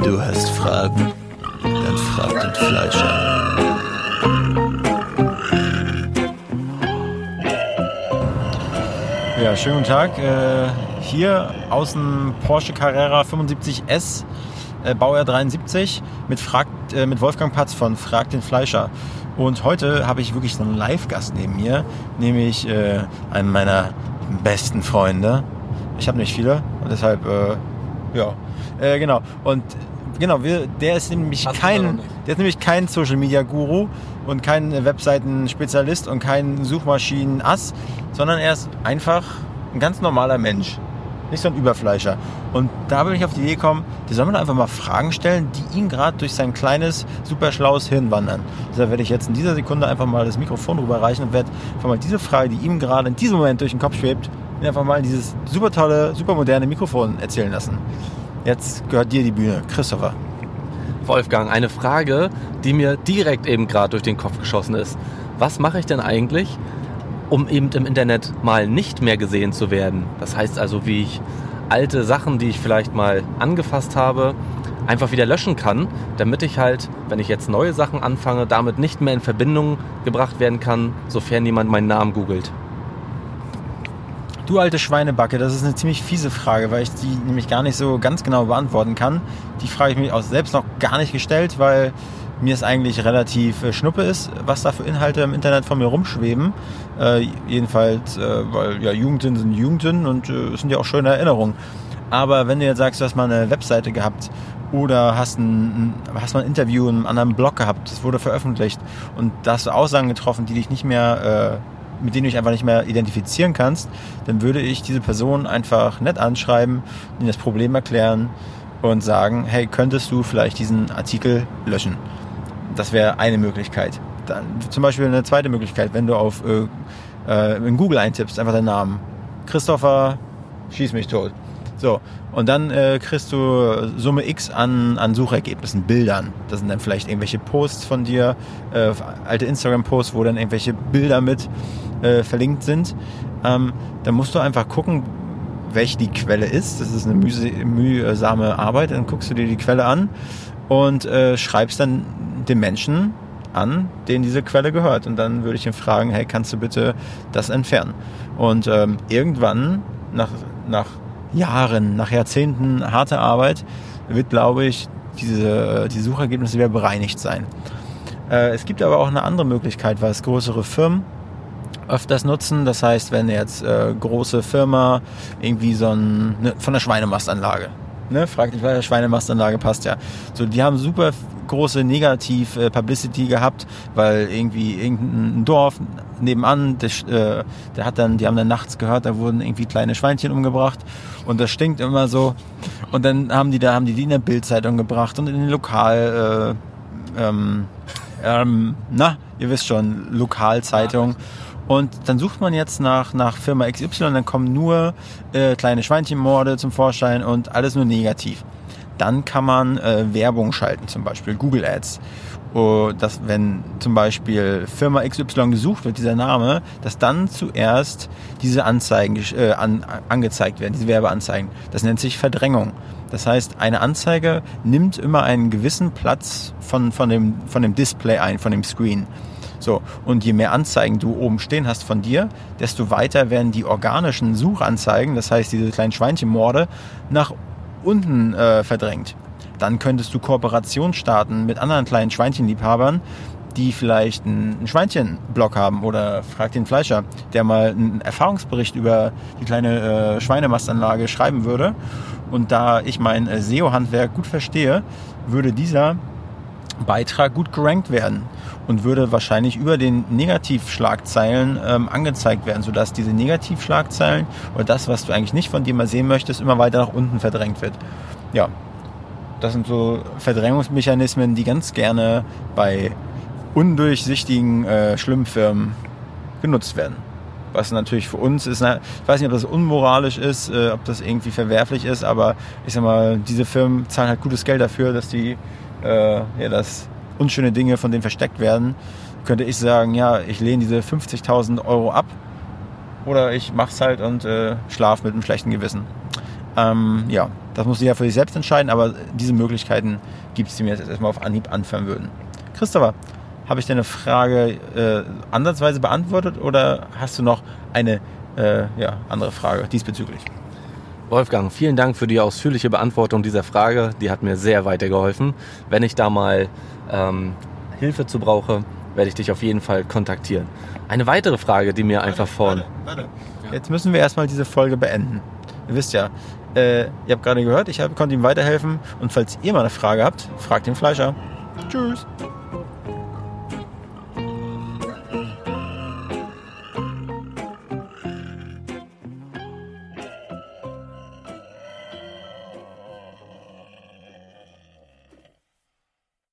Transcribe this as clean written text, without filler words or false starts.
Du hast Fragen? Dann frag den Fleischer. Ja, schönen guten Tag. Hier aus dem Porsche Carrera 75S, Baujahr 73, mit Wolfgang Patz von Frag den Fleischer. Und heute habe ich wirklich so einen Live-Gast neben mir, nämlich einen meiner besten Freunde. Ich habe nicht viele und deshalb, genau. Und genau, der ist nämlich kein Social-Media-Guru und kein Webseiten-Spezialist und kein Suchmaschinen-Ass, sondern er ist einfach ein ganz normaler Mensch. Nicht so ein Überfleischer. Und da bin ich auf die Idee gekommen, der soll mir einfach mal Fragen stellen, die ihm gerade durch sein kleines, super schlaues Hirn wandern. Deshalb werde ich jetzt in dieser Sekunde einfach mal das Mikrofon rüberreichen und werde einfach mal diese Frage, die ihm gerade in diesem Moment durch den Kopf schwebt, ihn einfach mal in dieses super tolle, super moderne Mikrofon erzählen lassen. Jetzt gehört dir die Bühne. Christopher. Wolfgang, eine Frage, die mir direkt eben gerade durch den Kopf geschossen ist. Was mache ich denn eigentlich, um eben im Internet mal nicht mehr gesehen zu werden? Das heißt also, wie ich alte Sachen, die ich vielleicht mal angefasst habe, einfach wieder löschen kann, damit ich halt, wenn ich jetzt neue Sachen anfange, damit nicht mehr in Verbindung gebracht werden kann, sofern jemand meinen Namen googelt. Du alte Schweinebacke, das ist eine ziemlich fiese Frage, weil ich die nämlich gar nicht so ganz genau beantworten kann. Die Frage ich mich auch selbst noch gar nicht gestellt, weil mir es eigentlich relativ schnuppe ist, was da für Inhalte im Internet von mir rumschweben. Jedenfalls, weil ja Jugendsünden sind Jugendsünden und es sind ja auch schöne Erinnerungen. Aber wenn du jetzt sagst, du hast mal eine Webseite gehabt oder hast mal ein Interview in einem anderen Blog gehabt, das wurde veröffentlicht und da hast du Aussagen getroffen, die dich nicht mehr mit denen du dich einfach nicht mehr identifizieren kannst, dann würde ich diese Person einfach nett anschreiben, ihnen das Problem erklären und sagen, hey, könntest du vielleicht diesen Artikel löschen? Das wäre eine Möglichkeit. Dann zum Beispiel eine zweite Möglichkeit, wenn du auf in Google eintippst, einfach deinen Namen. Christopher, schieß mich tot. So, und dann kriegst du Summe X an Suchergebnissen, Bildern. Das sind dann vielleicht irgendwelche Posts von dir, alte Instagram-Posts, wo dann irgendwelche Bilder mit verlinkt sind. Dann musst du einfach gucken, welche die Quelle ist. Das ist eine mühsame Arbeit. Dann guckst du dir die Quelle an und schreibst dann den Menschen an, denen diese Quelle gehört. Und dann würde ich ihn fragen, hey, kannst du bitte das entfernen? Und irgendwann, nach Jahren, nach Jahrzehnten harter Arbeit, wird, glaube ich, die Suchergebnisse wieder bereinigt sein. Es gibt aber auch eine andere Möglichkeit, was größere Firmen öfters nutzen. Das heißt, wenn jetzt große Firma irgendwie von der Schweinemastanlage, ne, fragt nicht, weil der Schweinemastanlage passt ja. So, die haben super große Negativ-Publicity gehabt, weil irgendwie irgendein Dorf nebenan, die haben dann nachts gehört, da wurden irgendwie kleine Schweinchen umgebracht und das stinkt immer so. Und dann haben die in der Bild-Zeitung gebracht und in den ihr wisst schon, Lokalzeitung. Und dann sucht man jetzt nach Firma XY, dann kommen nur kleine Schweinchenmorde zum Vorschein und alles nur negativ. Dann kann man Werbung schalten, zum Beispiel Google Ads. Dass, wenn zum Beispiel Firma XY gesucht wird, dieser Name, dass dann zuerst diese Anzeigen angezeigt werden, diese Werbeanzeigen. Das nennt sich Verdrängung. Das heißt, eine Anzeige nimmt immer einen gewissen Platz von dem Display ein, von dem Screen. So, und je mehr Anzeigen du oben stehen hast von dir, desto weiter werden die organischen Suchanzeigen, das heißt diese kleinen Schweinchenmorde, nach unten verdrängt. Dann könntest du Kooperationen starten mit anderen kleinen Schweinchenliebhabern, die vielleicht einen Schweinchenblog haben oder Frag den Fleischer, der mal einen Erfahrungsbericht über die kleine Schweinemastanlage schreiben würde. Und da ich mein SEO-Handwerk gut verstehe, würde dieser Beitrag gut gerankt werden und würde wahrscheinlich über den Negativschlagzeilen angezeigt werden, sodass diese Negativschlagzeilen oder das, was du eigentlich nicht von dir mal sehen möchtest, immer weiter nach unten verdrängt wird. Ja, das sind so Verdrängungsmechanismen, die ganz gerne bei undurchsichtigen schlimmen Firmen genutzt werden. Was natürlich für uns ist, ich weiß nicht, ob das unmoralisch ist, ob das irgendwie verwerflich ist, aber ich sag mal, diese Firmen zahlen halt gutes Geld dafür, dass dass unschöne Dinge von denen versteckt werden. Könnte ich sagen, ja, ich lehne diese 50.000 € ab oder ich mach's halt und schlaf mit einem schlechten Gewissen. Ja, Das muss jeder für sich selbst entscheiden, aber diese Möglichkeiten gibt es, die mir jetzt erstmal auf Anhieb anfangen würden. Christopher, habe ich deine Frage ansatzweise beantwortet oder hast du noch eine andere Frage diesbezüglich? Wolfgang, vielen Dank für die ausführliche Beantwortung dieser Frage. Die hat mir sehr weitergeholfen. Wenn ich da mal Hilfe zu brauche, werde ich dich auf jeden Fall kontaktieren. Eine weitere Frage, die mir einfach Warte. Jetzt müssen wir erstmal diese Folge beenden. Ihr wisst ja, ihr habt gerade gehört, konnte ihm weiterhelfen. Und falls ihr mal eine Frage habt, fragt den Fleischer. Tschüss.